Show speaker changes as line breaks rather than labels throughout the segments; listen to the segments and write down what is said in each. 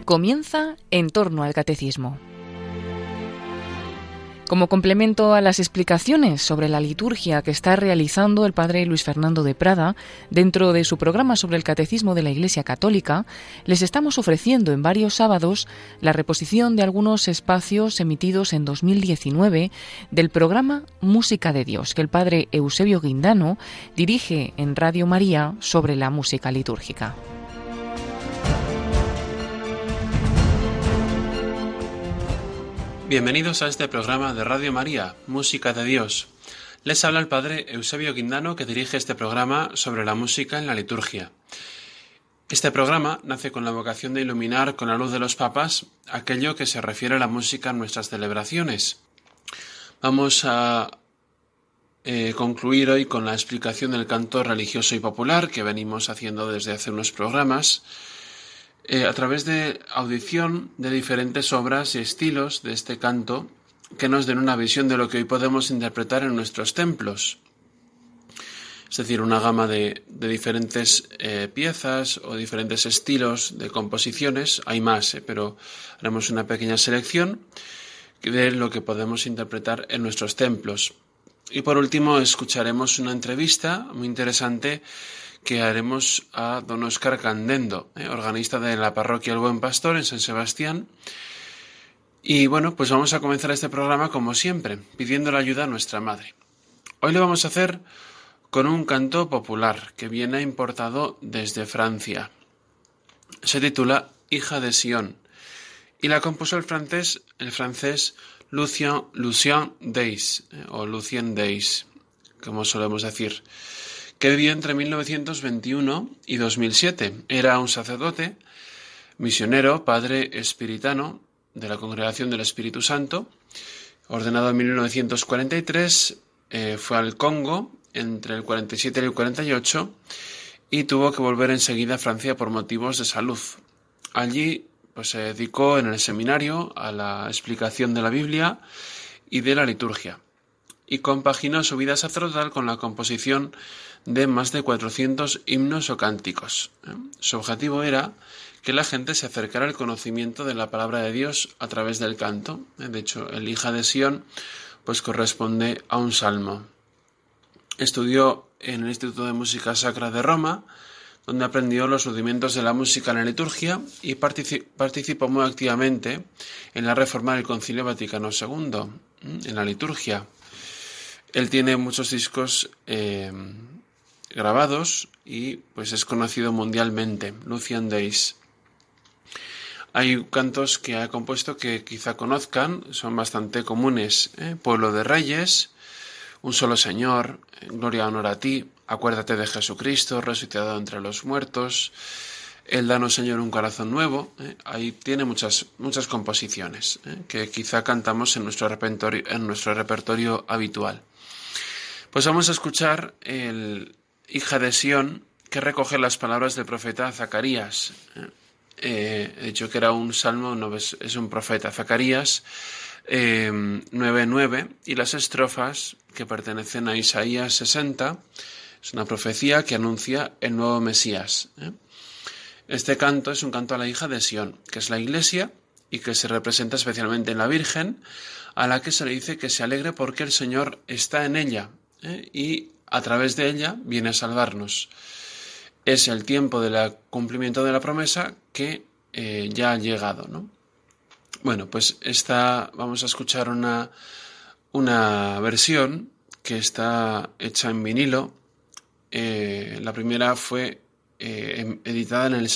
Comienza En torno al Catecismo. Como complemento a las explicaciones sobre la liturgia que está realizando el padre Luis Fernando de Prada dentro de su programa sobre el Catecismo de la Iglesia Católica, les estamos ofreciendo en varios sábados la reposición de algunos espacios emitidos en 2019 del programa Música de Dios, que el padre Eusebio Guindano dirige en Radio María sobre la música litúrgica.
Bienvenidos a este programa de Radio María, Música de Dios. Les habla el padre Eusebio Guindano, que dirige este programa sobre la música en la liturgia. Este programa nace con la vocación de iluminar con la luz de los papas aquello que se refiere a la música en nuestras celebraciones. Vamos a concluir hoy con la explicación del canto religioso y popular que venimos haciendo desde hace unos programas, a través de audición de diferentes obras y estilos de este canto que nos den una visión de lo que hoy podemos interpretar en nuestros templos. Es decir, una gama de diferentes piezas o diferentes estilos de composiciones. Hay más, pero haremos una pequeña selección de lo que podemos interpretar en nuestros templos. Y por último escucharemos una entrevista muy interesante que haremos a don Óscar Candendo, organista de la parroquia El Buen Pastor en San Sebastián. Y bueno, pues vamos a comenzar este programa como siempre, pidiendo la ayuda a nuestra Madre. Hoy lo vamos a hacer con un canto popular que viene importado desde Francia. Se titula Hija de Sion y la compuso el francés Lucien Deys, o Lucien Deys, como solemos decir, que vivió entre 1921 y 2007. Era un sacerdote, misionero, padre espiritano de la Congregación del Espíritu Santo, ordenado en 1943, fue al Congo entre el 47 y el 48 y tuvo que volver enseguida a Francia por motivos de salud. Allí pues, se dedicó en el seminario a la explicación de la Biblia y de la liturgia, y compaginó su vida sacerdotal con la composición de más de 400 himnos o cánticos. Su objetivo era que la gente se acercara al conocimiento de la palabra de Dios a través del canto. De hecho, el Hija de Sion pues corresponde a un salmo. Estudió en el Instituto de Música Sacra de Roma, donde aprendió los rudimentos de la música en la liturgia y participó muy activamente en la reforma del Concilio Vaticano II, en la liturgia. Él tiene muchos discos grabados y pues es conocido mundialmente, Lucien Deys. Hay cantos que ha compuesto que quizá conozcan, son bastante comunes. Pueblo de Reyes, Un solo Señor, Gloria, honor a ti, Acuérdate de Jesucristo, resucitado entre los muertos, El danos Señor un corazón nuevo. Ahí tiene muchas composiciones que quizá cantamos en nuestro repertorio habitual. Pues vamos a escuchar el Hija de Sion, que recoge las palabras del profeta Zacarías. He dicho que era un salmo, no es un profeta. Zacarías 9:9, y las estrofas que pertenecen a Isaías 60. Es una profecía que anuncia el nuevo Mesías. Este canto es un canto a la Hija de Sion, que es la Iglesia y que se representa especialmente en la Virgen, a la que se le dice que se alegre porque el Señor está en ella y a través de ella viene a salvarnos. Es el tiempo del cumplimiento de la promesa que ya ha llegado, ¿no? Bueno, pues vamos a escuchar una versión que está hecha en vinilo. La primera fue editada en el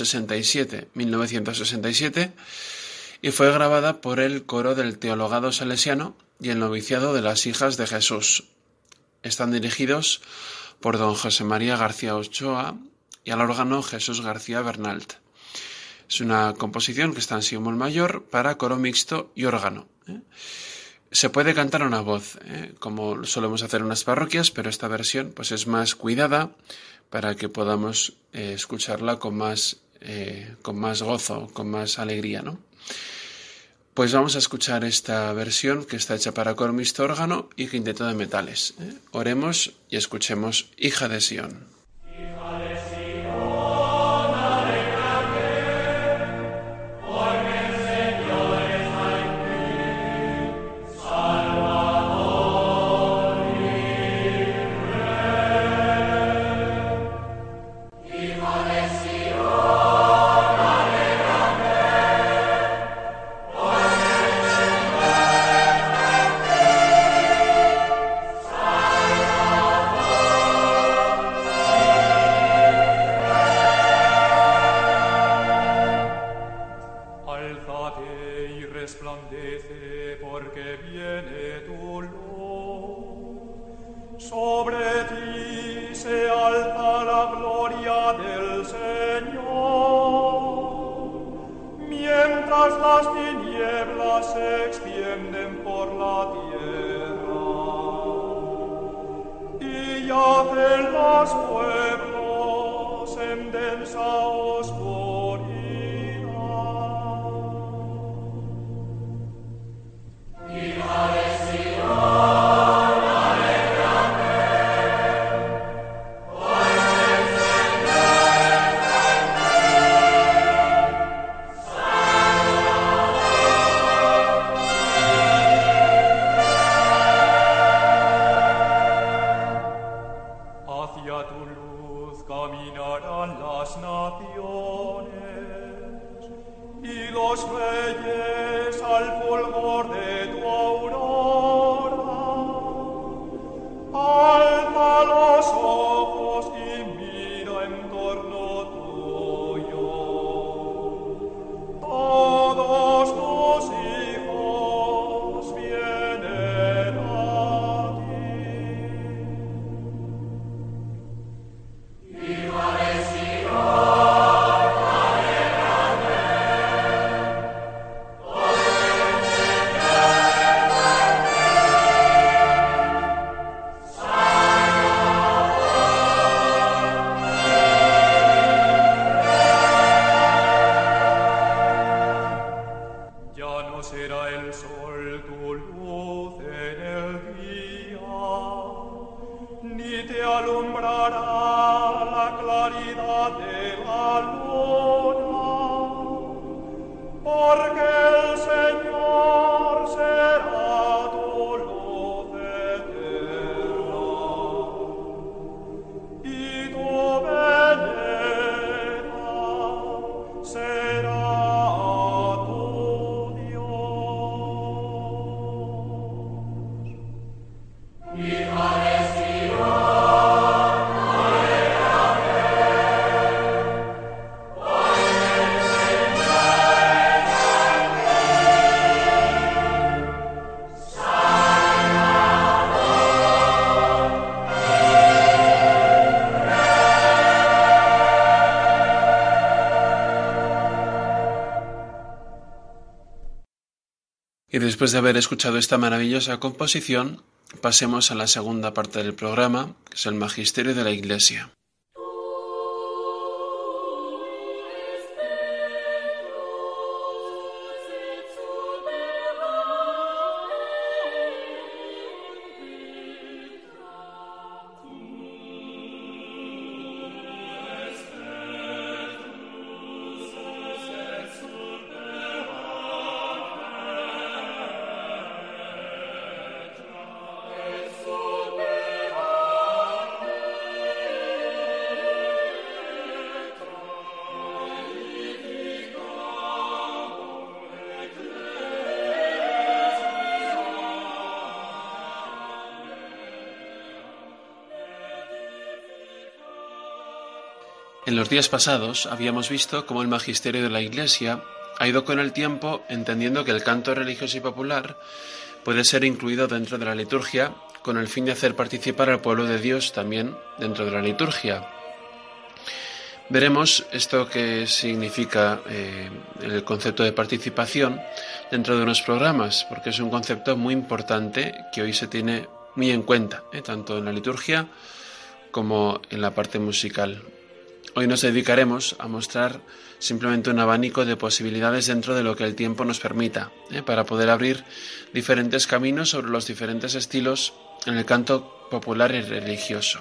1967, y fue grabada por el coro del Teologado Salesiano y el Noviciado de las Hijas de Jesús. Están dirigidos por don José María García Ochoa y al órgano Jesús García Bernalt. Es una composición que está en si bemol mayor para coro mixto y órgano. Se puede cantar a una voz, como solemos hacer en las parroquias, pero esta versión pues es más cuidada para que podamos escucharla con más gozo, con más alegría, ¿no? Pues vamos a escuchar esta versión que está hecha para coro mixto, órgano y quinteto de metales. Oremos y escuchemos Hija de Sion.
Hija de Sion, alégrate, porque se extienden por la tierra y yacen los pueblos en densa oscuridad. Hacia tu luz caminarán las naciones y los reyes al fulgor de tu aurora. Alza los ojos y mira en torno tuyo. Todos tus hijos vienen a ti. Ya no será el sol tu luz en el día, ni te alumbrará la claridad de la luna, porque el Señor será tu luz eterna y tu belleza será tu Dios.
Y después de haber escuchado esta maravillosa composición, pasemos a la segunda parte del programa, que es el Magisterio de la Iglesia. En los días pasados habíamos visto cómo el magisterio de la Iglesia ha ido con el tiempo entendiendo que el canto religioso y popular puede ser incluido dentro de la liturgia con el fin de hacer participar al pueblo de Dios también dentro de la liturgia. Veremos esto que significa el concepto de participación dentro de unos programas, porque es un concepto muy importante que hoy se tiene muy en cuenta, tanto en la liturgia como en la parte musical. Hoy nos dedicaremos a mostrar simplemente un abanico de posibilidades dentro de lo que el tiempo nos permita, para poder abrir diferentes caminos sobre los diferentes estilos en el canto popular y religioso.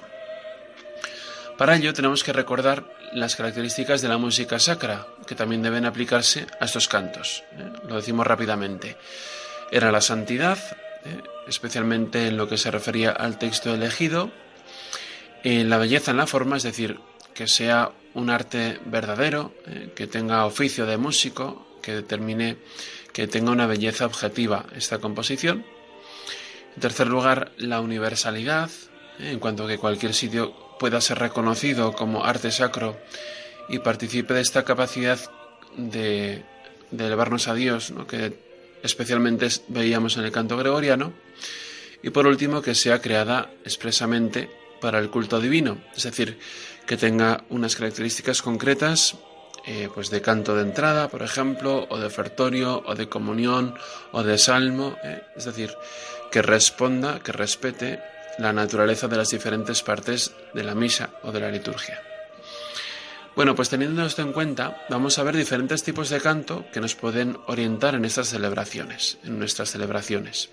Para ello tenemos que recordar las características de la música sacra, que también deben aplicarse a estos cantos. Lo decimos rápidamente. Era la santidad, especialmente en lo que se refería al texto elegido, la belleza en la forma, es decir, que sea un arte verdadero, que tenga oficio de músico, que tenga una belleza objetiva esta composición. En tercer lugar, la universalidad, en cuanto a que cualquier sitio pueda ser reconocido como arte sacro y participe de esta capacidad de elevarnos a Dios, ¿no?, que especialmente veíamos en el canto gregoriano. Y por último, que sea creada expresamente para el culto divino, es decir, que tenga unas características concretas pues de canto de entrada, por ejemplo, o de ofertorio, o de comunión, o de salmo, es decir, que responda, que respete la naturaleza de las diferentes partes de la misa o de la liturgia. Bueno, pues teniendo esto en cuenta, vamos a ver diferentes tipos de canto que nos pueden orientar en estas celebraciones, en nuestras celebraciones.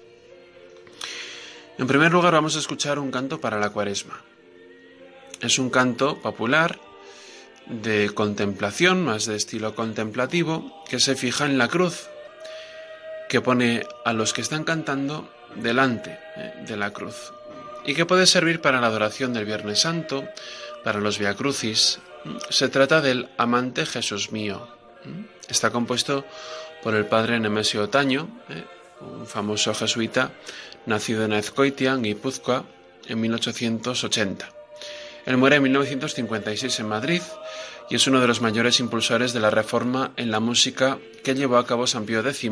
En primer lugar, vamos a escuchar un canto para la Cuaresma. Es un canto popular de contemplación, más de estilo contemplativo, que se fija en la cruz, que pone a los que están cantando delante de la cruz, y que puede servir para la adoración del Viernes Santo, para los Via Crucis. Se trata del Amante Jesús mío. Está compuesto por el padre Nemesio Otaño, un famoso jesuita nacido en Azcoitia, en Guipúzcoa, en 1880. Él muere en 1956 en Madrid y es uno de los mayores impulsores de la reforma en la música que llevó a cabo San Pío X.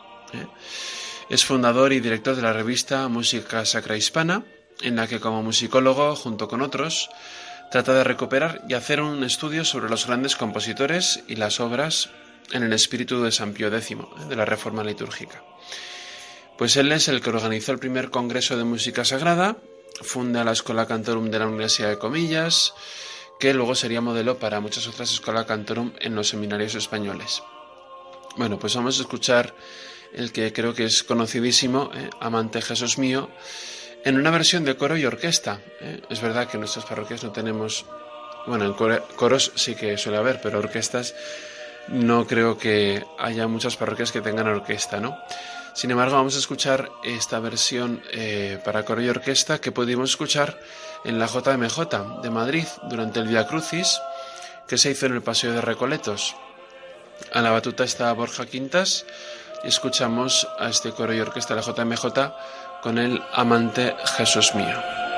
Es fundador y director de la revista Música Sacra Hispana, en la que como musicólogo, junto con otros, trata de recuperar y hacer un estudio sobre los grandes compositores y las obras en el espíritu de San Pío X, de la reforma litúrgica. Pues él es el que organizó el primer congreso de música sagrada, funda la Schola Cantorum de la Universidad de Comillas, que luego sería modelo para muchas otras Schola Cantorum en los seminarios españoles. Bueno, pues vamos a escuchar el que creo que es conocidísimo, Amante Jesús mío, en una versión de coro y orquesta. Es verdad que en nuestras parroquias no tenemos, bueno, en coros sí que suele haber, pero orquestas no creo que haya muchas parroquias que tengan orquesta, ¿no? Sin embargo, vamos a escuchar esta versión para coro y orquesta que pudimos escuchar en la JMJ de Madrid durante el Via Crucis, que se hizo en el Paseo de Recoletos. A la batuta está Borja Quintas y escuchamos a este coro y orquesta de la JMJ con el Amante Jesús mío.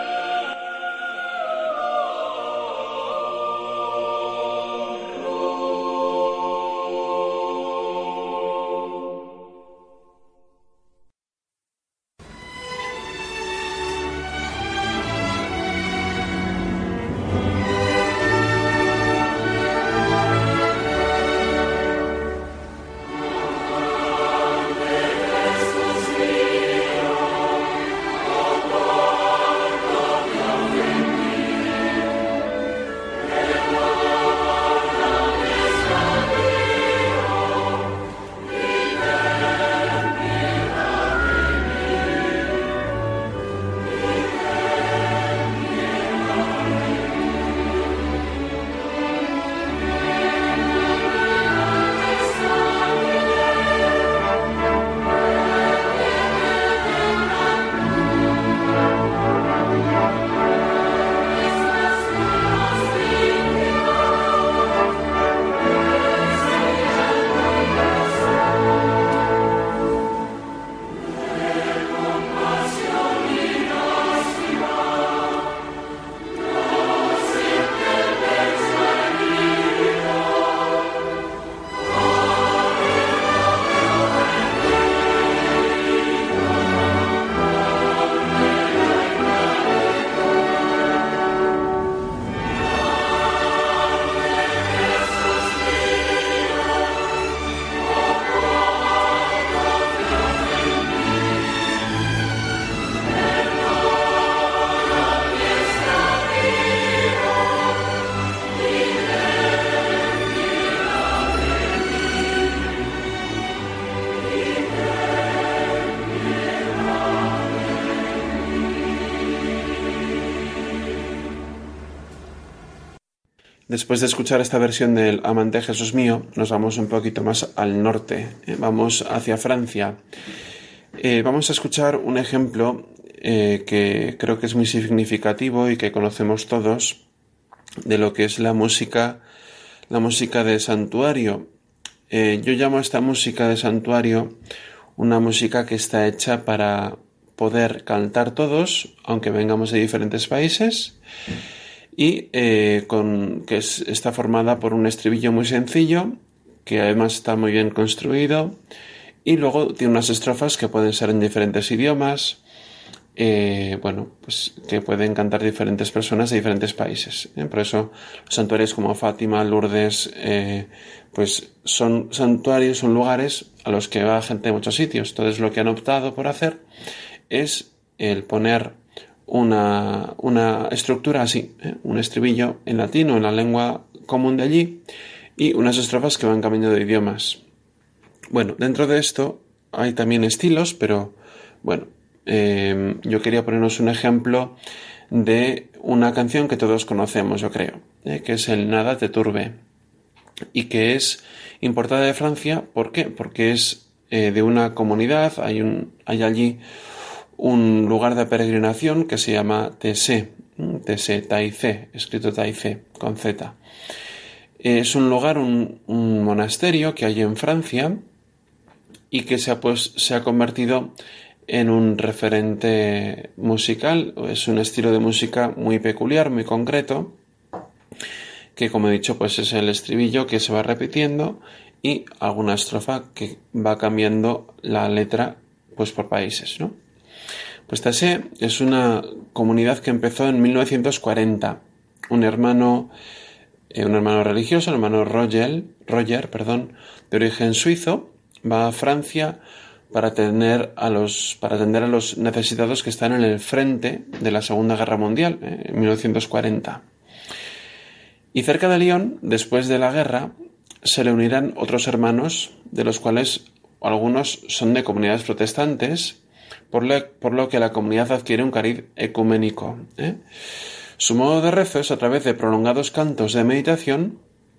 Después de escuchar esta versión del Amante Jesús mío, nos vamos un poquito más al norte, vamos hacia Francia. Vamos a escuchar un ejemplo que creo que es muy significativo y que conocemos todos de lo que es la música de santuario. Yo llamo a esta música de santuario una música que está hecha para poder cantar todos, aunque vengamos de diferentes países, y está formada por un estribillo muy sencillo, que además está muy bien construido, y luego tiene unas estrofas que pueden ser en diferentes idiomas, pues que pueden cantar diferentes personas de diferentes países. Por eso los santuarios como Fátima, Lourdes, pues son santuarios, son lugares a los que va gente de muchos sitios. Entonces lo que han optado por hacer es el poner una estructura así, un estribillo en latín o en la lengua común de allí y unas estrofas que van cambiando de idiomas. Bueno, dentro de esto hay también estilos, pero bueno, yo quería ponernos un ejemplo de una canción que todos conocemos, yo creo, que es el Nada te turbe y que es importada de Francia. ¿Por qué? Porque es de una comunidad, hay allí un lugar de peregrinación que se llama Taizé, Taizé, escrito Taizé, con Z. Es un lugar, un monasterio que hay en Francia y que se ha convertido en un referente musical. Es un estilo de música muy peculiar, muy concreto, que como he dicho, pues es el estribillo que se va repitiendo y alguna estrofa que va cambiando la letra pues por países, ¿no? Pues Taizé es una comunidad que empezó en 1940. Un hermano religioso, el hermano Roger, de origen suizo, va a Francia para atender a los necesitados que están en el frente de la Segunda Guerra Mundial, en 1940. Y cerca de Lyon, después de la guerra, se le unirán otros hermanos, de los cuales algunos son de comunidades protestantes, por lo que la comunidad adquiere un cariz ecuménico. Su modo de rezo es a través de prolongados cantos de meditación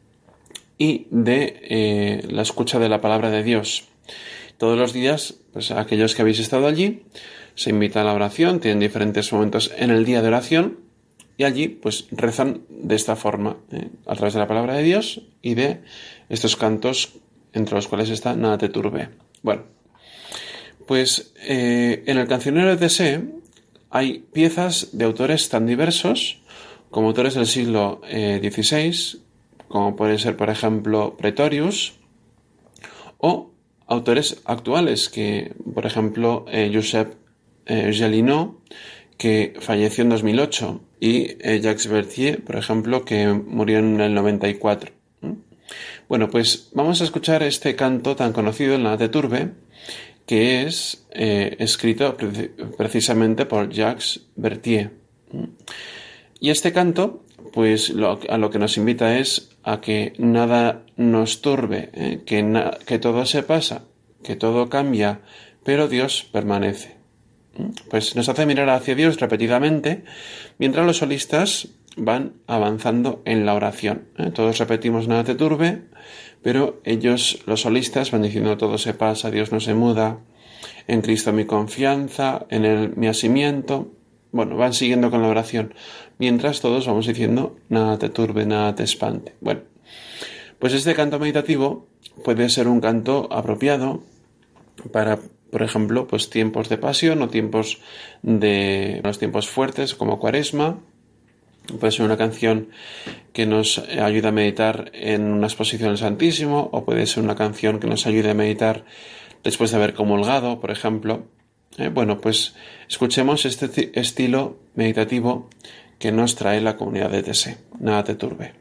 y de la escucha de la palabra de Dios. Todos los días, pues aquellos que habéis estado allí, se invita a la oración, tienen diferentes momentos en el día de oración y allí pues rezan de esta forma, a través de la palabra de Dios y de estos cantos entre los cuales está Nada te turbe. Bueno, pues en el cancionero de Taizé hay piezas de autores tan diversos como autores del siglo XVI, como puede ser, por ejemplo, Pretorius, o autores actuales, que, por ejemplo, Josep Gélineau, que falleció en 2008, y Jacques Berthier, por ejemplo, que murió en el 94. Bueno, pues vamos a escuchar este canto tan conocido, el Nada te turbe, que es escrito precisamente por Jacques Berthier. Y este canto, pues a lo que nos invita es a que nada nos turbe, que todo se pasa, que todo cambia, pero Dios permanece. Pues nos hace mirar hacia Dios repetidamente, mientras los solistas van avanzando en la oración. Todos repetimos Nada te turbe, pero ellos, los solistas, van diciendo todo se pasa, Dios no se muda, en Cristo mi confianza, en Él mi asimiento. Bueno, van siguiendo con la oración, mientras todos vamos diciendo Nada te turbe, nada te espante. Bueno, pues este canto meditativo puede ser un canto apropiado para, por ejemplo, pues tiempos de pasión o los tiempos fuertes como Cuaresma. Puede ser una canción que nos ayude a meditar en una exposición al Santísimo, o puede ser una canción que nos ayude a meditar después de haber comulgado, por ejemplo. Bueno, pues escuchemos este estilo meditativo que nos trae la comunidad de Taizé. Nada te turbe.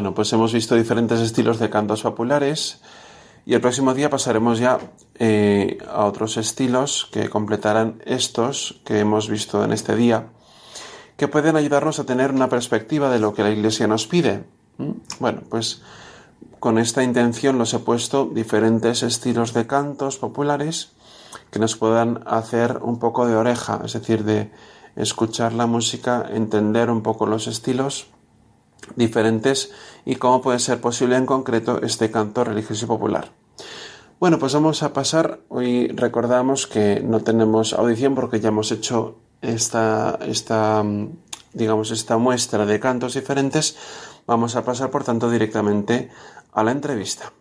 Bueno, pues hemos visto diferentes estilos de cantos populares y el próximo día pasaremos ya a otros estilos que completarán estos que hemos visto en este día, que pueden ayudarnos a tener una perspectiva de lo que la Iglesia nos pide. Bueno, pues con esta intención los he puesto diferentes estilos de cantos populares que nos puedan hacer un poco de oreja, es decir, de escuchar la música, entender un poco los estilos diferentes y cómo puede ser posible en concreto este canto religioso y popular. Bueno, pues vamos a pasar. Hoy recordamos que no tenemos audición porque ya hemos hecho esta muestra de cantos diferentes. Vamos a pasar, por tanto, directamente a la entrevista.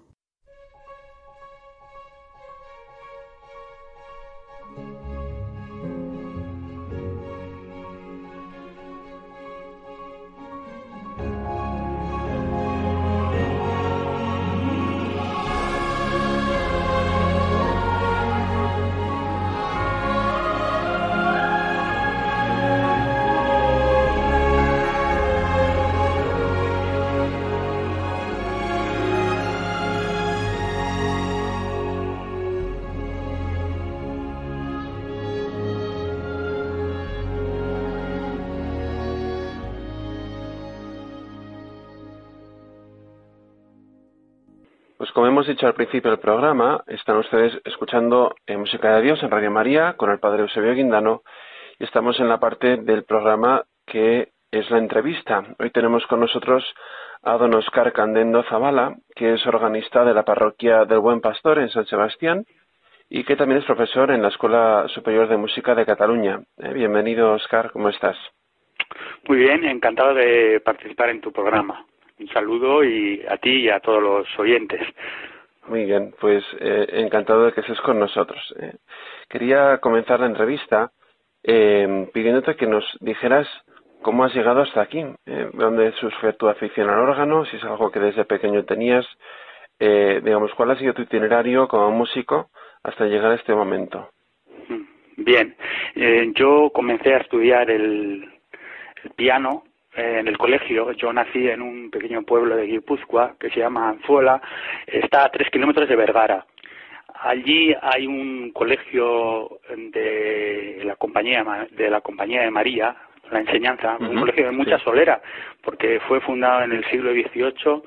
Pues como hemos dicho al principio del programa, están ustedes escuchando Música de Dios en Radio María con el Padre Eusebio Guindano y estamos en la parte del programa que es la entrevista. Hoy tenemos con nosotros a don Óscar Candendo Zavala, que es organista de la parroquia del Buen Pastor en San Sebastián y que también es profesor en la Escuela Superior de Música de Cataluña. Bienvenido, Óscar, ¿cómo estás?
Muy bien, encantado de participar en tu programa. Un saludo y a ti y a todos los oyentes.
Muy bien, pues encantado de que estés con nosotros. Quería comenzar la entrevista pidiéndote que nos dijeras cómo has llegado hasta aquí, dónde surge tu afición al órgano, si es algo que desde pequeño tenías, cuál ha sido tu itinerario como músico hasta llegar a este momento.
Bien, yo comencé a estudiar el piano en el colegio. Yo nací en un pequeño pueblo de Guipúzcoa que se llama Anzuola, está a 3 kilómetros de Vergara. Allí hay un colegio de la compañía de María, la enseñanza, un colegio de mucha solera, porque fue fundado en el siglo XVIII.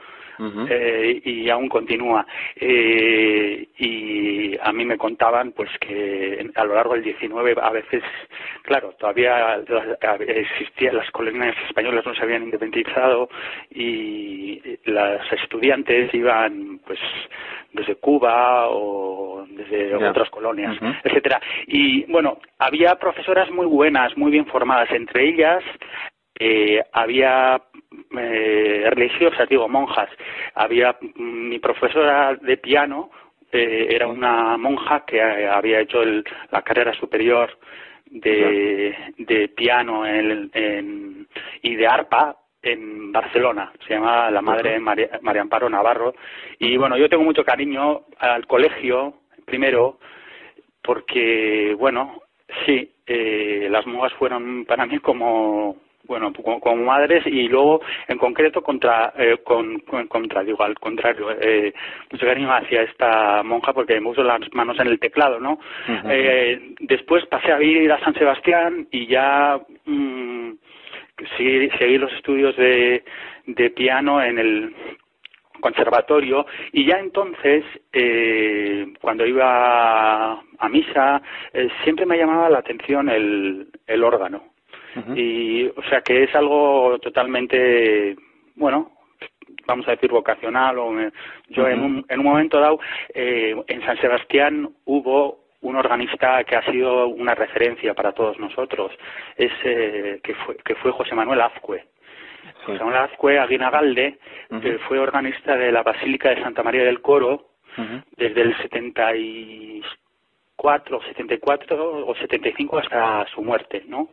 Y aún continúa, y a mí me contaban pues que a lo largo del XIX a veces, claro, todavía existían, las colonias españolas no se habían independizado y las estudiantes iban pues desde Cuba o desde otras colonias, etcétera. Y bueno, había profesoras muy buenas, muy bien formadas, entre ellas había religiosas, monjas. Había mi profesora de piano, era una monja que había hecho la carrera superior de piano y de arpa en Barcelona. Se llama la madre María Amparo Navarro. Y bueno, yo tengo mucho cariño al colegio, primero, porque, bueno, sí, las monjas fueron para mí como madres, y luego en concreto al contrario, mucho cariño hacia esta monja porque me puso las manos en el teclado, ¿no? Después pasé a vivir a San Sebastián y ya seguí los estudios de piano en el conservatorio, y ya entonces cuando iba a misa siempre me llamaba la atención el órgano. Y o sea que es algo totalmente, vamos a decir vocacional. Yo en un momento dado en San Sebastián hubo un organista que ha sido una referencia para todos nosotros, que fue José Manuel Azcue. José Manuel Azcue Aguinagalde, que fue organista de la Basílica de Santa María del Coro desde el 74 74 o 75 hasta su muerte, ¿no?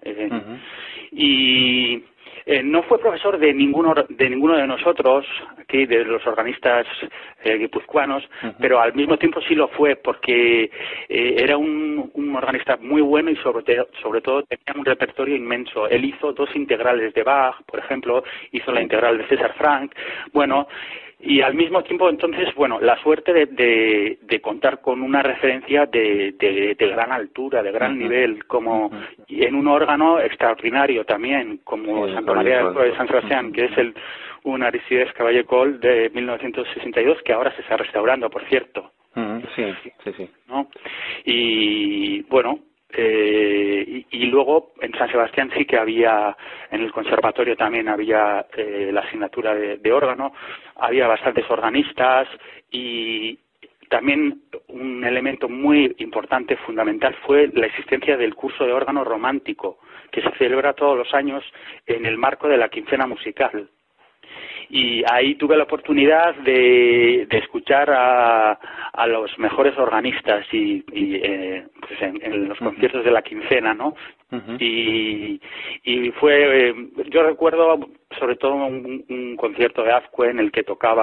Y no fue profesor de ninguno de nosotros, aquí de los organistas guipuzcoanos, pero al mismo tiempo sí lo fue, porque era un organista muy bueno y sobre todo tenía un repertorio inmenso. Él hizo 2 integrales de Bach, por ejemplo, hizo la integral de César Franck, bueno, y al mismo tiempo, entonces, bueno, la suerte de contar con una referencia de gran altura, de gran nivel, como y en un órgano extraordinario también, como Santa María de San Sebastián, que es un Aristides Caballé Coll de 1962, que ahora se está restaurando, por cierto.
Sí.
¿No? Y bueno, y luego en San Sebastián sí que había, en el conservatorio también había la asignatura de órgano, había bastantes organistas, y también un elemento muy importante, fundamental, fue la existencia del curso de órgano romántico, que se celebra todos los años en el marco de la quincena musical. Y ahí tuve la oportunidad de escuchar a los mejores organistas y pues en los conciertos de la quincena, ¿no? Y fue, yo recuerdo sobre todo un concierto de Azcue en el que tocaba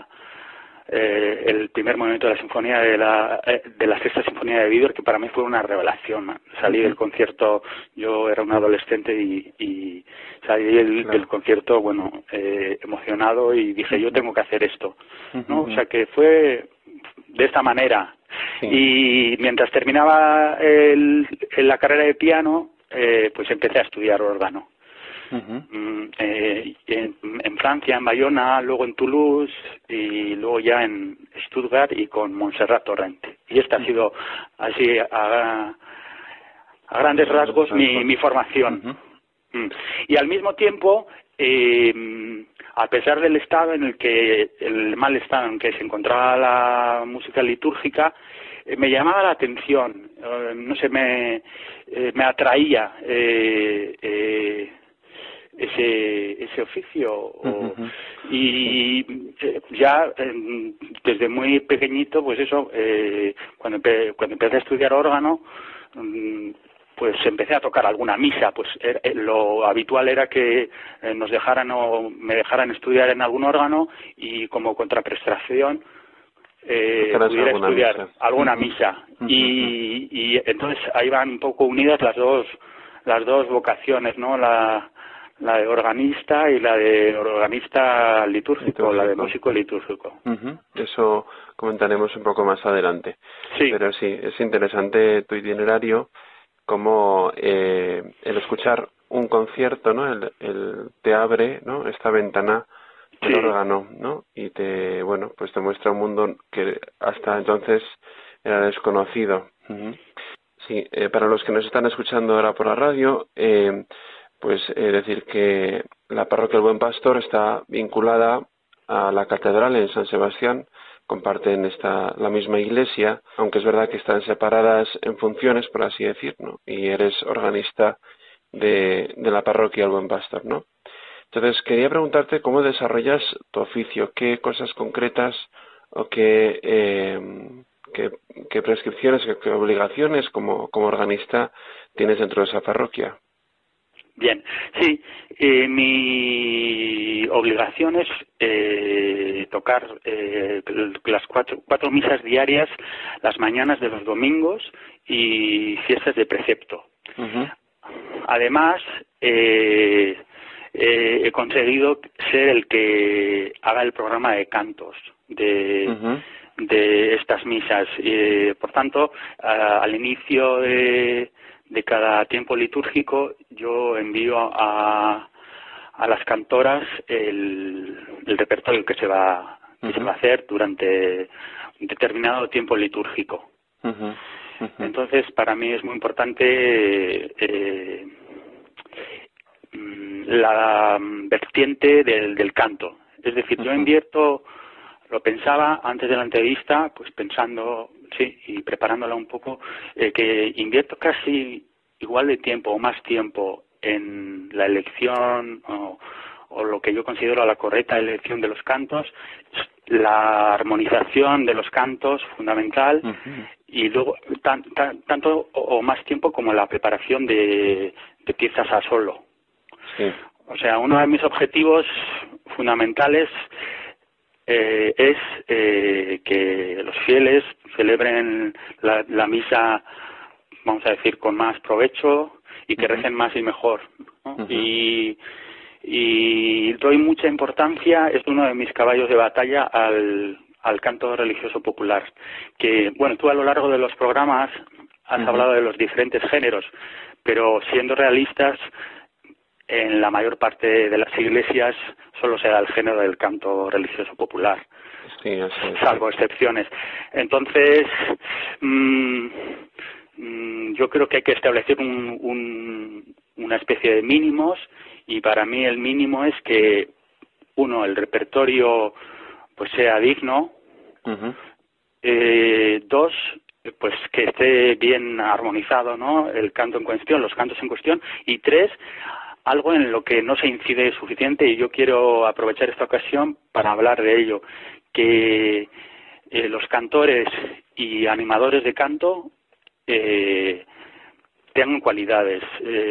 el primer movimiento de la sinfonía de la sexta sinfonía de Widor, que para mí fue una revelación. Salí del concierto, yo era un adolescente y salí del concierto, bueno, emocionado, y dije, yo tengo que hacer esto, ¿no? O sea que fue de esta manera. Y mientras terminaba la carrera de piano, pues empecé a estudiar órgano. En Francia, en Bayona, luego en Toulouse y luego ya en Stuttgart y con Montserrat Torrente. Y esta ha sido así a grandes rasgos mi formación. Y al mismo tiempo, a pesar del estado el mal estado en que se encontraba la música litúrgica, me llamaba la atención, no sé, me atraía ese oficio, y ya desde muy pequeñito, pues eso, cuando empecé a estudiar órgano, pues empecé a tocar alguna misa. Pues lo habitual era que nos dejaran o me dejaran estudiar en algún órgano, y como contraprestación pudiera estudiar alguna misa. Y entonces ahí van un poco unidas las dos vocaciones, ¿no? La de organista y la de organista litúrgico, la de músico litúrgico.
Eso comentaremos un poco más adelante. Sí. Pero sí, es interesante tu itinerario, como el escuchar un concierto, ¿no? El te abre, ¿no? Esta ventana del órgano, ¿no? Y te muestra un mundo que hasta entonces era desconocido. Sí, para los que nos están escuchando ahora por la radio, pues decir que la parroquia del Buen Pastor está vinculada a la catedral en San Sebastián, comparten la misma iglesia, aunque es verdad que están separadas en funciones, por así decir, ¿no? Y eres organista de la parroquia del Buen Pastor, ¿no? Entonces quería preguntarte cómo desarrollas tu oficio, qué cosas concretas o qué prescripciones, qué obligaciones como organista tienes dentro de esa parroquia.
Bien, sí, mi obligación es tocar las cuatro misas diarias, las mañanas de los domingos y fiestas de precepto. Además, he conseguido ser el que haga el programa de cantos de estas misas. Por tanto, al inicio de cada tiempo litúrgico, yo envío a las cantoras el repertorio que se va a hacer durante un determinado tiempo litúrgico. Entonces, para mí es muy importante la vertiente del canto. Es decir, yo invierto, lo pensaba antes de la entrevista, pues pensando, sí, y preparándola un poco, que invierto casi igual de tiempo o más tiempo en la elección o lo que yo considero la correcta elección de los cantos, la armonización de los cantos, fundamental, y luego tanto o más tiempo como la preparación de piezas a solo.
Sí.
O sea, uno de mis objetivos fundamentales es que los fieles celebren la misa, vamos a decir, con más provecho y que recen más y mejor, ¿no? Y doy mucha importancia, es uno de mis caballos de batalla al canto religioso popular, que, bueno, tú a lo largo de los programas has hablado de los diferentes géneros, pero siendo realistas, en la mayor parte de las iglesias solo se da el género del canto religioso popular,
sí, así es,
salvo excepciones. Entonces, yo creo que hay que establecer una especie de mínimos, y para mí el mínimo es que, uno, el repertorio pues sea digno, dos, pues que esté bien armonizado, ¿no?, el canto en cuestión, los cantos en cuestión, y tres, algo en lo que no se incide suficiente, y yo quiero aprovechar esta ocasión para hablar de ello, que los cantores y animadores de canto tengan cualidades,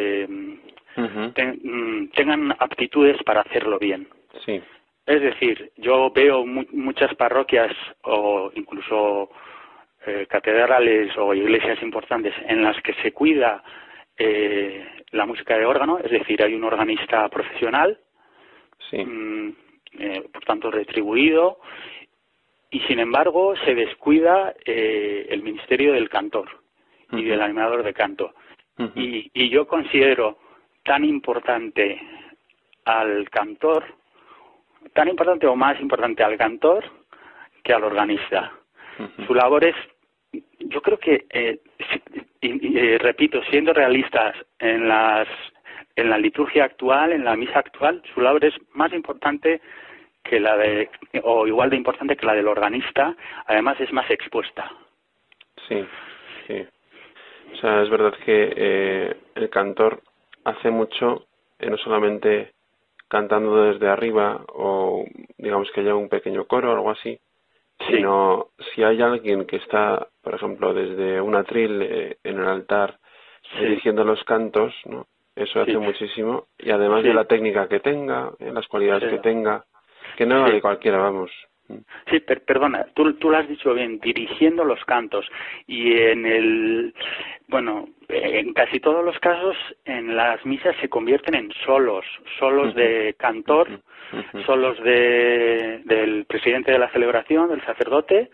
tengan aptitudes para hacerlo bien.
Sí.
Es decir, yo veo muchas parroquias o incluso catedrales o iglesias importantes en las que se cuida la música de órgano, es decir, hay un organista profesional,
sí.
Por tanto retribuido, y sin embargo se descuida el ministerio del cantor y del animador de canto. Y yo considero tan importante al cantor, tan importante o más importante al cantor que al organista. Su labor es, yo creo que, repito, siendo realistas, en la liturgia actual, en la misa actual, su labor es más importante que la o igual de importante que la del organista, además es más expuesta.
Sí, sí. O sea, es verdad que el cantor hace mucho, no solamente cantando desde arriba o digamos que haya un pequeño coro o algo así, sino si hay alguien que está, por ejemplo, desde un atril en el altar dirigiendo los cantos, ¿no? Eso hace muchísimo, y además de la técnica que tenga, las cualidades que tenga, que no vale cualquiera, vamos.
Sí, perdona, tú lo has dicho bien, dirigiendo los cantos, y en casi todos los casos en las misas se convierten en solos de cantor, solos del presidente de la celebración, del sacerdote,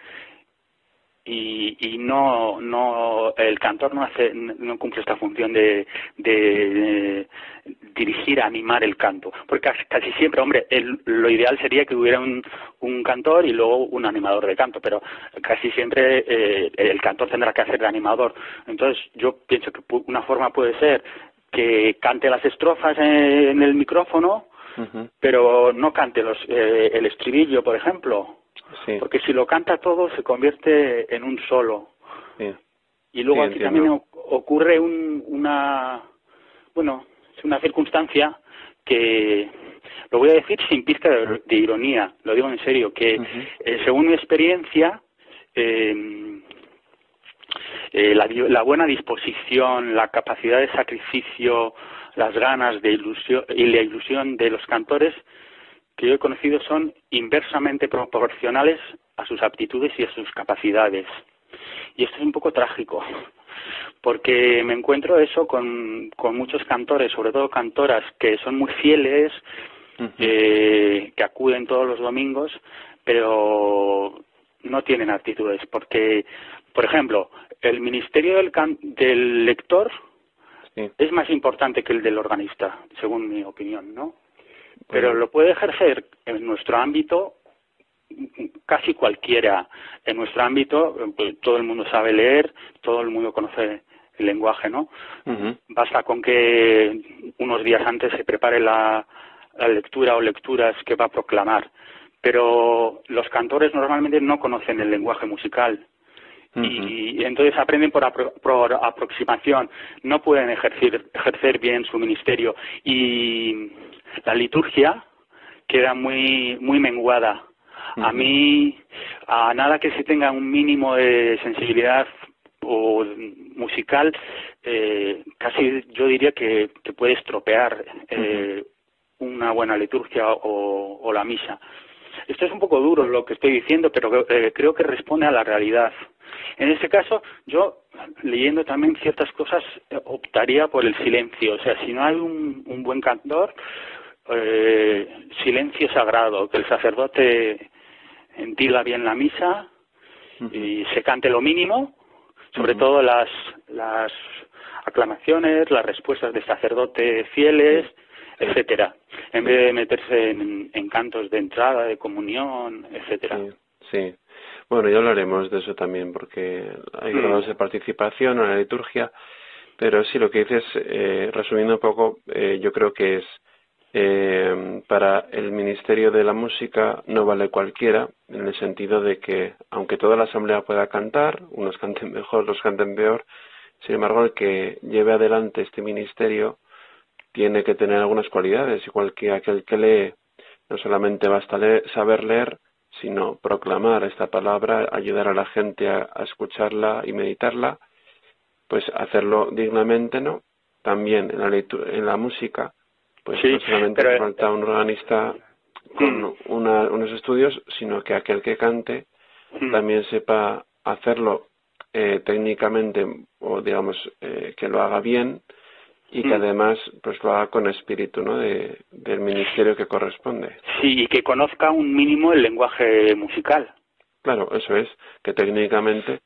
y no el cantor no cumple esta función de dirigir, animar el canto, porque casi siempre, hombre, lo ideal sería que hubiera un cantor y luego un animador de canto, pero casi siempre el cantor tendrá que hacer de animador. Entonces yo pienso que una forma puede ser que cante las estrofas en el micrófono, pero no cante el estribillo, por ejemplo. Sí. Porque si lo canta todo se convierte en un solo. Sí. Y luego aquí también ocurre una circunstancia que lo voy a decir sin pizca de ironía, lo digo en serio, que según mi experiencia la buena disposición, la capacidad de sacrificio, las ganas de ilusión y la ilusión de los cantores que yo he conocido son inversamente proporcionales a sus aptitudes y a sus capacidades. Y esto es un poco trágico, porque me encuentro eso con muchos cantores, sobre todo cantoras, que son muy fieles, que acuden todos los domingos, pero no tienen aptitudes, porque, por ejemplo, el ministerio del lector es más importante que el del organista, según mi opinión, ¿no? Pero lo puede ejercer en nuestro ámbito casi cualquiera. En nuestro ámbito pues, todo el mundo sabe leer, todo el mundo conoce el lenguaje, ¿no? Basta con que unos días antes se prepare la lectura o lecturas que va a proclamar. Pero los cantores normalmente no conocen el lenguaje musical. Y entonces aprenden por aproximación, no pueden ejercer bien su ministerio, y la liturgia queda muy menguada. A mí, a nada que se tenga un mínimo de sensibilidad o musical, casi yo diría que puede estropear una buena liturgia o la misa. Esto es un poco duro lo que estoy diciendo, pero creo que responde a la realidad. En este caso, yo, leyendo también ciertas cosas, optaría por el silencio. O sea, si no hay un buen cantor, silencio sagrado, que el sacerdote entila bien la misa y se cante lo mínimo, sobre todo las aclamaciones, las respuestas del sacerdote fieles, etcétera, en vez de meterse en cantos de entrada, de comunión, etcétera.
Sí. Bueno, ya hablaremos de eso también, porque hay grados de participación en la liturgia, pero sí, lo que dices, resumiendo un poco, yo creo que es para el ministerio de la música no vale cualquiera, en el sentido de que, aunque toda la asamblea pueda cantar, unos canten mejor, los canten peor, sin embargo, el que lleve adelante este ministerio tiene que tener algunas cualidades, igual que aquel que lee, no solamente basta saber leer, sino proclamar esta palabra, ayudar a la gente a escucharla y meditarla, pues hacerlo dignamente, ¿no? También en la música, pues no solamente falta un organista con unos estudios, sino que aquel que cante también sepa hacerlo técnicamente, o digamos que lo haga bien, y que además pues lo haga con espíritu, ¿no? Del ministerio que corresponde.
Sí, y que conozca un mínimo el lenguaje musical.
Claro, eso es, que técnicamente,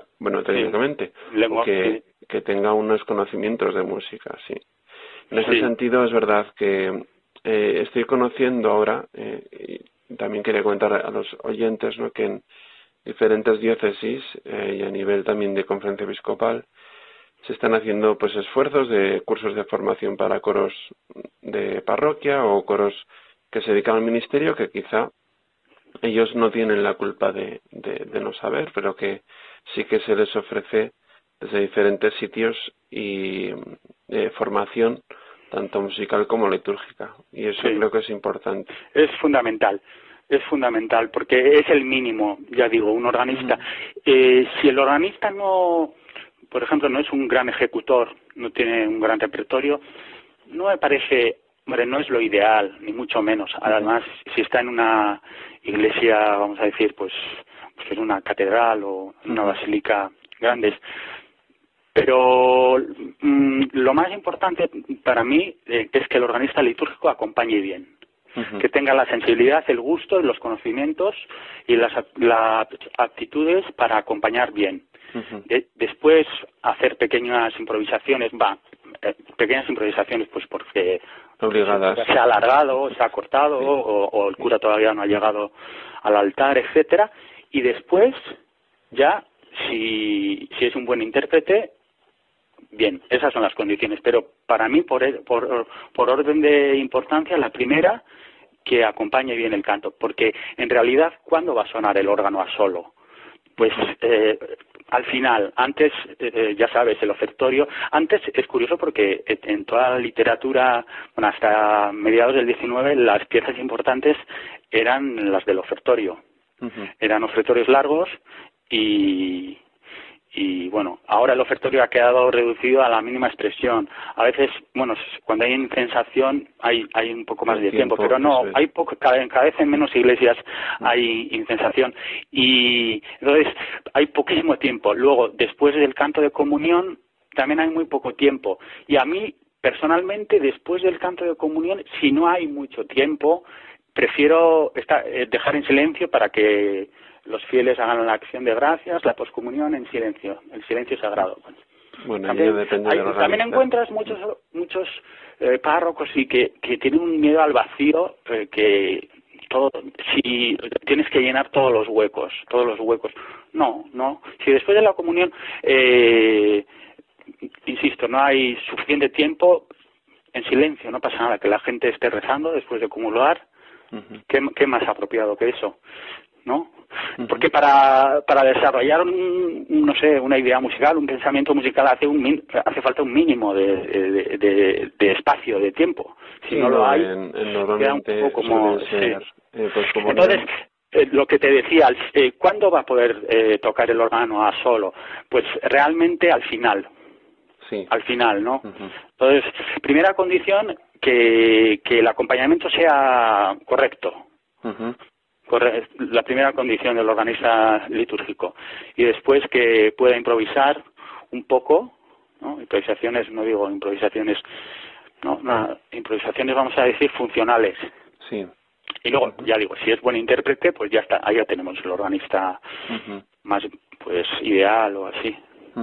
que tenga unos conocimientos de música, sí. En ese sentido es verdad que estoy conociendo ahora, y también quería comentar a los oyentes, ¿no?, que en diferentes diócesis y a nivel también de conferencia episcopal se están haciendo pues esfuerzos de cursos de formación para coros de parroquia o coros que se dedican al ministerio, que quizá ellos no tienen la culpa de no saber, pero que sí que se les ofrece desde diferentes sitios y formación tanto musical como litúrgica, y eso creo que es importante.
Es fundamental porque es el mínimo, ya digo, un organista. Si el organista no, por ejemplo, no es un gran ejecutor, no tiene un gran repertorio, no me parece, no es lo ideal, ni mucho menos. Además, si está en una iglesia, vamos a decir, pues en una catedral o una basílica grandes. Pero lo más importante para mí es que el organista litúrgico acompañe bien. Que tenga la sensibilidad, el gusto, los conocimientos y las aptitudes para acompañar bien. Después hacer pequeñas improvisaciones, pues porque
obligadas,
se ha alargado, se ha cortado, o el cura todavía no ha llegado al altar, etcétera. Y después ya, si es un buen intérprete, bien, esas son las condiciones. Pero para mí, por orden de importancia, la primera, que acompañe bien el canto, porque en realidad, ¿cuándo va a sonar el órgano a solo? Pues al final, antes, ya sabes, el ofertorio. Antes es curioso porque en toda la literatura, bueno, hasta mediados del 19, las piezas importantes eran las del ofertorio. Eran ofertorios largos y bueno, ahora el ofertorio ha quedado reducido a la mínima expresión. A veces, bueno, cuando hay incensación hay un poco más de tiempo, pero no, hay cada vez en menos iglesias hay incensación, y entonces hay poquísimo tiempo. Luego, después del canto de comunión, también hay muy poco tiempo. Y a mí, personalmente, después del canto de comunión, si no hay mucho tiempo, prefiero dejar en silencio para que los fieles hagan la acción de gracias, la poscomunión en silencio, el silencio sagrado.
Bueno, también
encuentras muchos párrocos y que tienen un miedo al vacío, que si tienes que llenar todos los huecos. No. Si después de la comunión, insisto, no hay suficiente tiempo, en silencio, no pasa nada, que la gente esté rezando después de comulgar. ¿Qué más apropiado que eso? ¿No? Porque para desarrollar una idea musical, un pensamiento musical, hace falta un mínimo de espacio, de tiempo. Si no lo hay, queda un poco como... Entonces, lo que te decía, ¿cuándo va a poder tocar el órgano a solo? Pues realmente al final.
Sí.
Al final, ¿no? Entonces, primera condición, que el acompañamiento sea correcto. La primera condición del organista litúrgico. Y después que pueda improvisar un poco, ¿no? Improvisaciones, no digo improvisaciones, improvisaciones vamos a decir funcionales.
Sí.
Y luego, ya digo, si es buen intérprete, pues ya está, ahí ya tenemos el organista más, pues, ideal o así.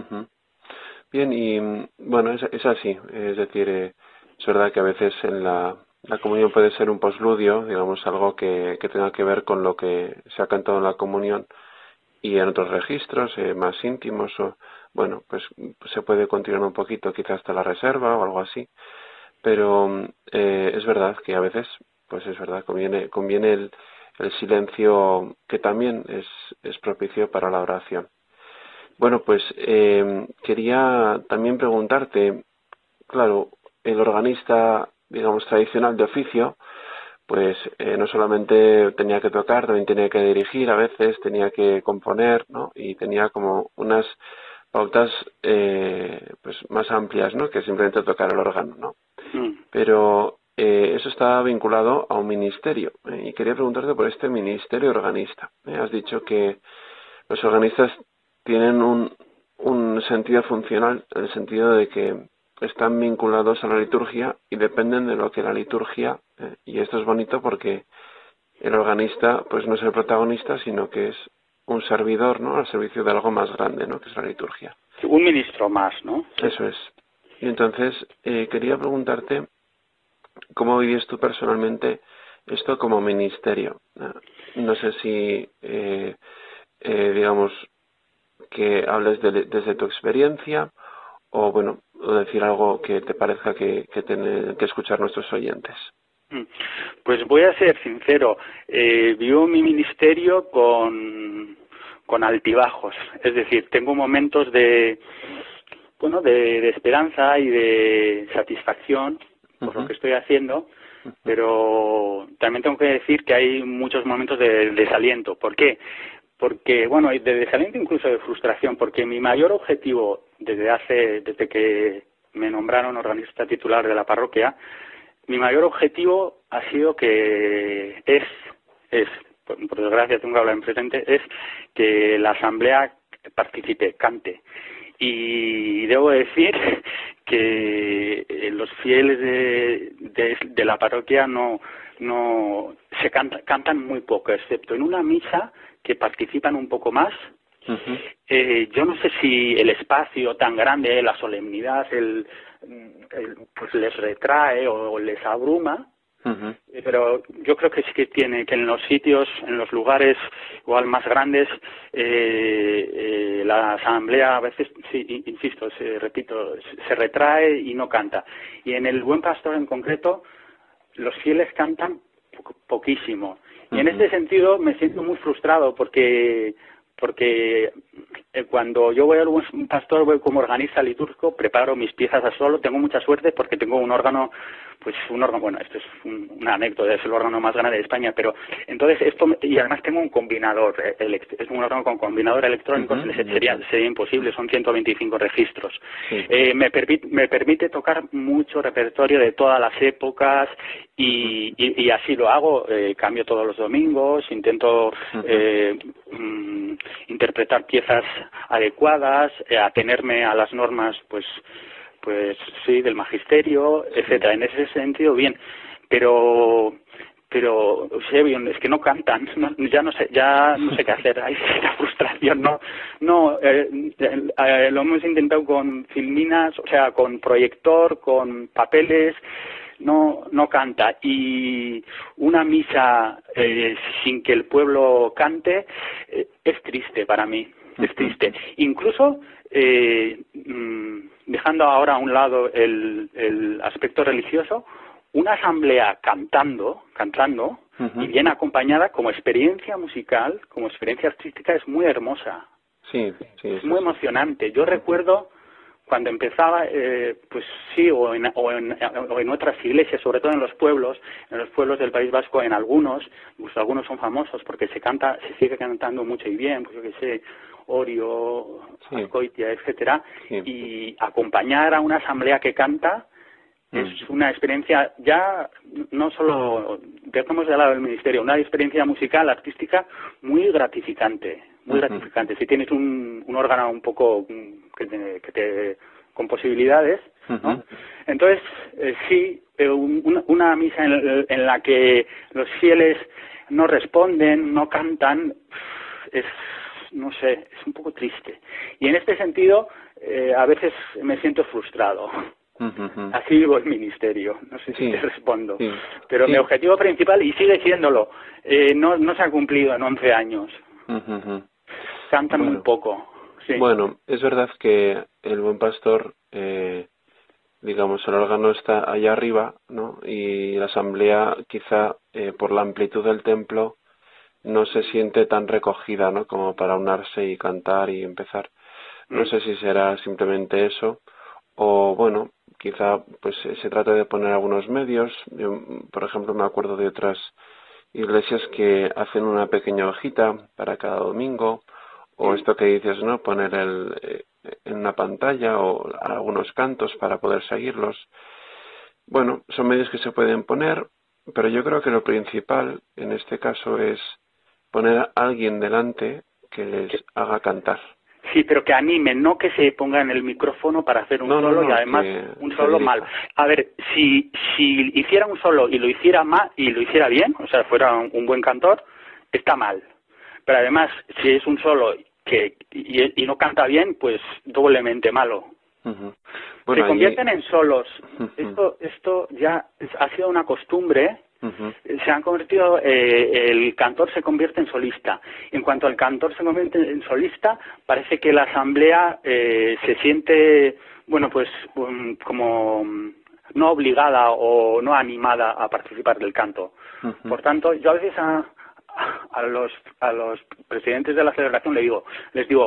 Bien, y bueno, es así, es decir, es verdad que a veces en la comunión puede ser un posludio, digamos, algo que tenga que ver con lo que se ha cantado en la comunión, y en otros registros más íntimos, o bueno, pues se puede continuar un poquito, quizás hasta la reserva o algo así, pero es verdad que a veces, pues es verdad, conviene el silencio, que también es propicio para la oración. Bueno, pues quería también preguntarte, claro, el organista, digamos, tradicional de oficio, pues no solamente tenía que tocar, también tenía que dirigir a veces, tenía que componer, ¿no? Y tenía como unas pautas pues más amplias, ¿no? Que simplemente tocar el órgano, ¿no? Pero eso está vinculado a un ministerio, y quería preguntarte por este ministerio organista. Has dicho que los organistas tienen un sentido funcional, en el sentido de que están vinculados a la liturgia y dependen de lo que la liturgia, y esto es bonito porque el organista pues no es el protagonista, sino que es un servidor, ¿no? Al servicio de algo más grande, ¿no? Que es la liturgia.
Un ministro más, ¿no?
Eso es. Y entonces quería preguntarte cómo vives tú personalmente esto como ministerio. No sé si digamos que hables desde tu experiencia, o bueno, o decir algo que te parezca que tienen que escuchar nuestros oyentes.
Pues voy a ser sincero, vivo mi ministerio con altibajos, es decir, tengo momentos de esperanza y de satisfacción por lo que estoy haciendo, pero también tengo que decir que hay muchos momentos de desaliento. ¿Por qué? Porque, bueno, de desaliento, incluso de frustración, porque mi mayor objetivo desde que me nombraron organista titular de la parroquia, mi mayor objetivo ha sido que por desgracia tengo que hablar en presente, es que la asamblea participe, cante. Y debo decir que los fieles de la parroquia no se cantan muy poco, excepto en una misa que participan un poco más. Yo no sé si el espacio tan grande, la solemnidad, pues les retrae o les abruma, pero yo creo que sí que tiene que en los sitios, en los lugares igual más grandes, la asamblea a veces, sí, insisto, repito, se retrae y no canta. Y en el Buen Pastor en concreto, los fieles cantan poquísimo. Y en este sentido me siento muy frustrado porque cuando yo voy al Buen Pastor, voy como organista litúrgico, preparo mis piezas a solo, tengo mucha suerte porque tengo un órgano, bueno, esto es una anécdota, es el órgano más grande de España, pero entonces y además tengo un combinador, es un órgano con combinador electrónico, sería imposible, son 125 registros. Me permite tocar mucho repertorio de todas las épocas y así lo hago, cambio todos los domingos, intento interpretar piezas adecuadas, atenerme a las normas, pues sí, del magisterio, etcétera. En ese sentido, bien, pero Eusebio, es que no cantan, ya no sé qué hacer, hay esa frustración, lo hemos intentado con filminas, o sea, con proyector, con papeles, no canta, y una misa sin que el pueblo cante es triste para mí, es triste. Incluso dejando ahora a un lado el aspecto religioso, una asamblea cantando y bien acompañada como experiencia musical, como experiencia artística, es muy hermosa.
Sí,
es muy emocionante. Yo recuerdo cuando empezaba, pues sí, o en otras iglesias, sobre todo en los pueblos del País Vasco, en algunos, pues algunos son famosos porque se sigue cantando mucho y bien, pues yo que sé, Orio, Azcoitia, etcétera, y acompañar a una asamblea que canta es una experiencia ya, no solo, dejemos de lado del ministerio, una experiencia musical, artística, muy gratificante, muy gratificante. Si tienes un órgano un poco con posibilidades, ¿no? Entonces, sí, una misa en la que los fieles no responden, no cantan, no sé, es un poco triste. Y en este sentido, a veces me siento frustrado. Así vivo el ministerio, no sé si te respondo. Pero mi objetivo principal, y sigue siéndolo, no se ha cumplido en 11 años. Cantan muy poco. Sí.
Bueno, es verdad que el buen pastor, digamos, el órgano está allá arriba, ¿no? Y la asamblea, quizá por la amplitud del templo, no se siente tan recogida, ¿no? Como para unarse y cantar y empezar. No sé si será simplemente eso, o bueno, quizá pues se trata de poner algunos medios. Yo, por ejemplo, me acuerdo de otras iglesias que hacen una pequeña hojita para cada domingo, o esto que dices, ¿no? Poner en una pantalla o algunos cantos para poder seguirlos. Bueno, son medios que se pueden poner, pero yo creo que lo principal en este caso es poner a alguien delante que les haga cantar.
Sí, pero que animen, no que se pongan el micrófono para hacer un solo y además un solo mal. A ver, si hiciera un solo y lo hiciera mal y lo hiciera bien, o sea, fuera un buen cantor, está mal. Pero además, si es un solo y no canta bien, pues doblemente malo.
Bueno,
se convierten en solos. Esto ya ha sido una costumbre. Se han convertido, el cantor se convierte en solista. En cuanto el cantor se convierte en solista, parece que la asamblea se siente, bueno, pues como no obligada o no animada a participar del canto. Por tanto, yo a veces a los presidentes de la celebración les digo,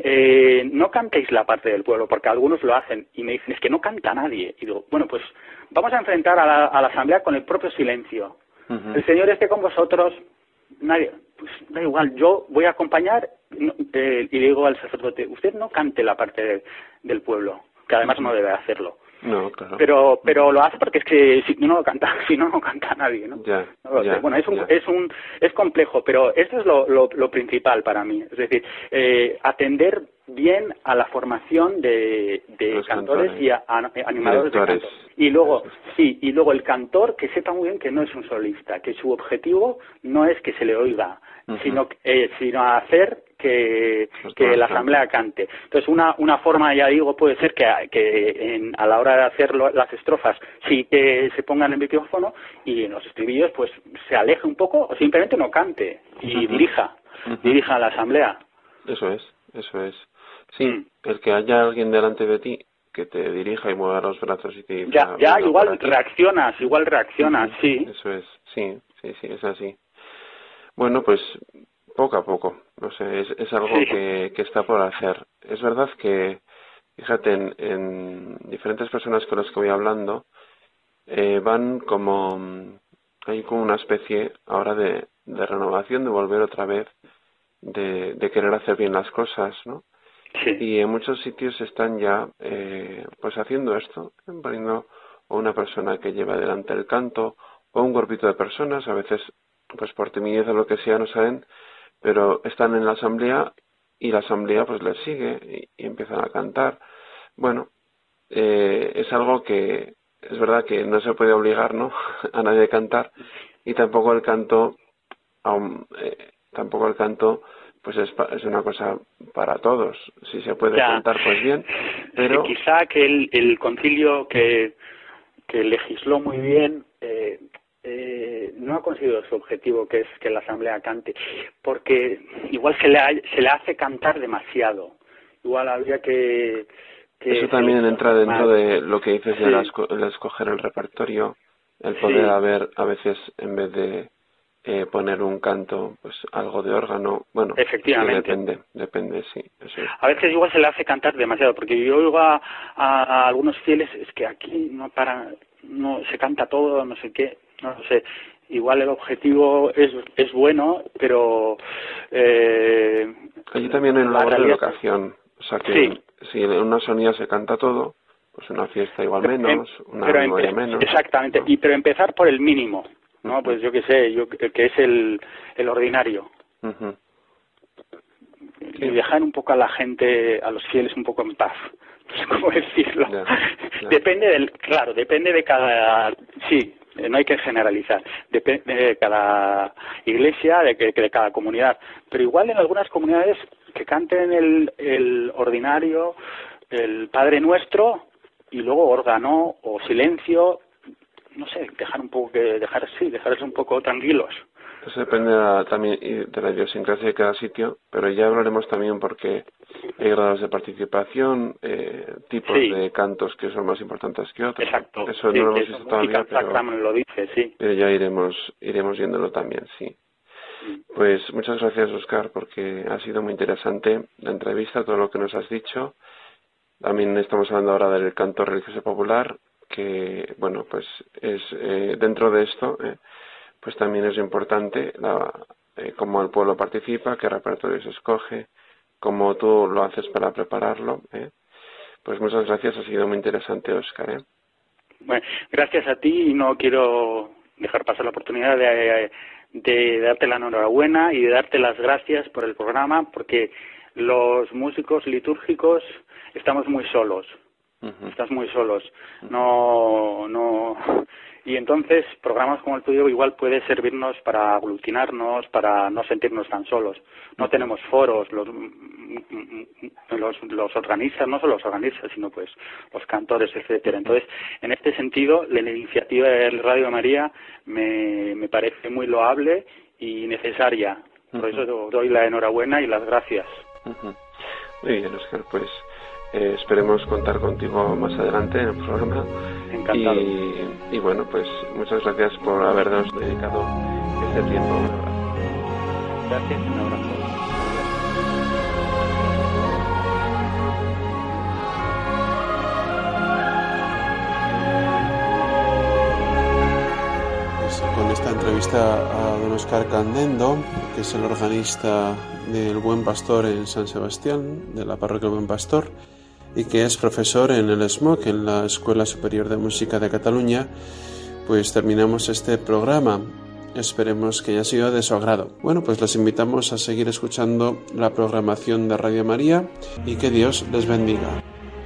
no cantéis la parte del pueblo, porque algunos lo hacen y me dicen, es que no canta nadie. Y digo, bueno, pues vamos a enfrentar a la asamblea con el propio silencio. El Señor esté con vosotros, nadie, pues da igual, yo voy a acompañar y le digo al sacerdote, usted no cante la parte del pueblo, que además no debe hacerlo.
No, claro.
Pero lo hace porque es que si no canta nadie, ¿no?
Ya,
no lo sé. Bueno, es complejo, pero esto es lo principal para mí. Es decir, atender bien a la formación de cantores y animadores de canto. Y luego el cantor que sepa muy bien que no es un solista, que su objetivo no es que se le oiga, sino hacer que la asamblea cante. Entonces una forma, ya digo, puede ser que a la hora de hacer las estrofas sí que se pongan el micrófono y en los estribillos pues se aleje un poco o simplemente no cante y dirija a la asamblea.
Eso es. Sí, el que haya alguien delante de ti que te dirija y mueva los brazos y te diga...
Ya, igual reaccionas, sí.
Eso es, sí, es así. Bueno, pues poco a poco, no sé, es algo que está por hacer. Es verdad que, fíjate, en diferentes personas con las que voy hablando, van hay como una especie ahora de renovación, de volver otra vez, de querer hacer bien las cosas, ¿no?
Sí.
Y en muchos sitios están ya pues haciendo esto, poniendo a una persona que lleva adelante el canto o un grupito de personas, a veces pues por timidez o lo que sea no saben, pero están en la asamblea y la asamblea pues les sigue y empiezan a cantar. Bueno, es algo que es verdad que no se puede obligar, ¿no? a nadie a cantar, y tampoco el canto pues es una cosa para todos. Si se puede cantar, pues bien, pero...
Sí, quizá que el concilio que legisló muy bien no ha conseguido su objetivo, que es que la asamblea cante, porque igual se le hace cantar demasiado. Igual habría que
eso también entra dentro de lo que dices de el escoger el repertorio, el poder haber, a veces, en vez de poner un canto, pues algo de órgano, bueno,
efectivamente.
Sí, depende, sí. Eso es.
A veces igual se le hace cantar demasiado, porque yo oigo a algunos fieles, es que aquí no se canta todo, no sé qué, no sé. Igual el objetivo es bueno, pero
allí también hay una labor de locación, o sea que
sí.
Si en una sonía se canta todo, pues una fiesta igual menos, una memoria menos.
Exactamente, ¿no? Pero empezar por el mínimo, ¿no? Pues yo qué sé, que es el ordinario.
Uh-huh.
Y dejar un poco a la gente, a los fieles, un poco en paz. No sé cómo decirlo.
Ya.
Depende de cada... Sí, no hay que generalizar. Depende de cada iglesia, de cada comunidad. Pero igual en algunas comunidades que canten el ordinario, el Padre Nuestro, y luego órgano o silencio, no sé, dejarse un poco tranquilos.
Eso depende también de la idiosincrasia de cada sitio, pero ya hablaremos también porque hay grados de participación, tipos de cantos que son más importantes que otros.
Exacto.
Eso
sí,
no lo hemos visto todavía,
lo dice, sí.
Pero ya iremos viéndolo también, sí. Pues muchas gracias, Óscar, porque ha sido muy interesante la entrevista, todo lo que nos has dicho. También estamos hablando ahora del canto religioso popular, que, bueno, pues es dentro de esto... pues también es importante cómo el pueblo participa, qué repertorio se escoge, cómo tú lo haces para prepararlo. Pues muchas gracias, ha sido muy interesante, Óscar.
Bueno, gracias a ti, y no quiero dejar pasar la oportunidad de darte la enhorabuena y de darte las gracias por el programa, porque los músicos litúrgicos estamos muy solos. Uh-huh. Estás muy solos. No. Y entonces programas como el tuyo igual puede servirnos para aglutinarnos, para no sentirnos tan solos. No tenemos foros, los organistas, no solo los organistas, sino pues los cantores, etcétera. Entonces, en este sentido, la iniciativa de Radio María me parece muy loable y necesaria. Por eso doy la enhorabuena y las gracias.
Uh-huh. Muy bien, Óscar, pues esperemos contar contigo más adelante en el programa.
Encantado.
Y bueno, pues muchas gracias por habernos dedicado este tiempo. Un abrazo.
Gracias, un abrazo.
Pues con esta entrevista a don Óscar Candendo, que es el organista del Buen Pastor en San Sebastián, de la parroquia del Buen Pastor, y que es profesor en el SMOC, en la Escuela Superior de Música de Cataluña, pues terminamos este programa. Esperemos que haya sido de su agrado. Bueno, pues les invitamos a seguir escuchando la programación de Radio María y que Dios les bendiga.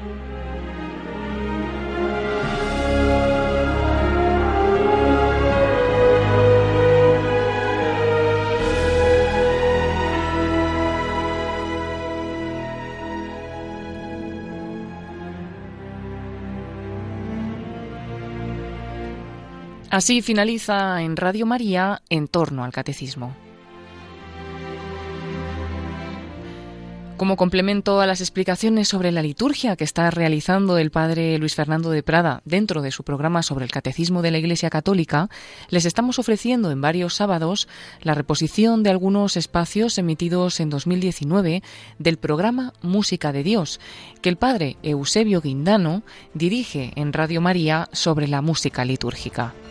Así finaliza en Radio María En torno al Catecismo. Como complemento a las explicaciones sobre la liturgia que está realizando el padre Luis Fernando de Prada dentro de su programa sobre el Catecismo de la Iglesia Católica, les estamos ofreciendo en varios sábados la reposición de algunos espacios emitidos en 2019 del programa Música de Dios, que el padre Eusebio Guindano dirige en Radio María sobre la música litúrgica.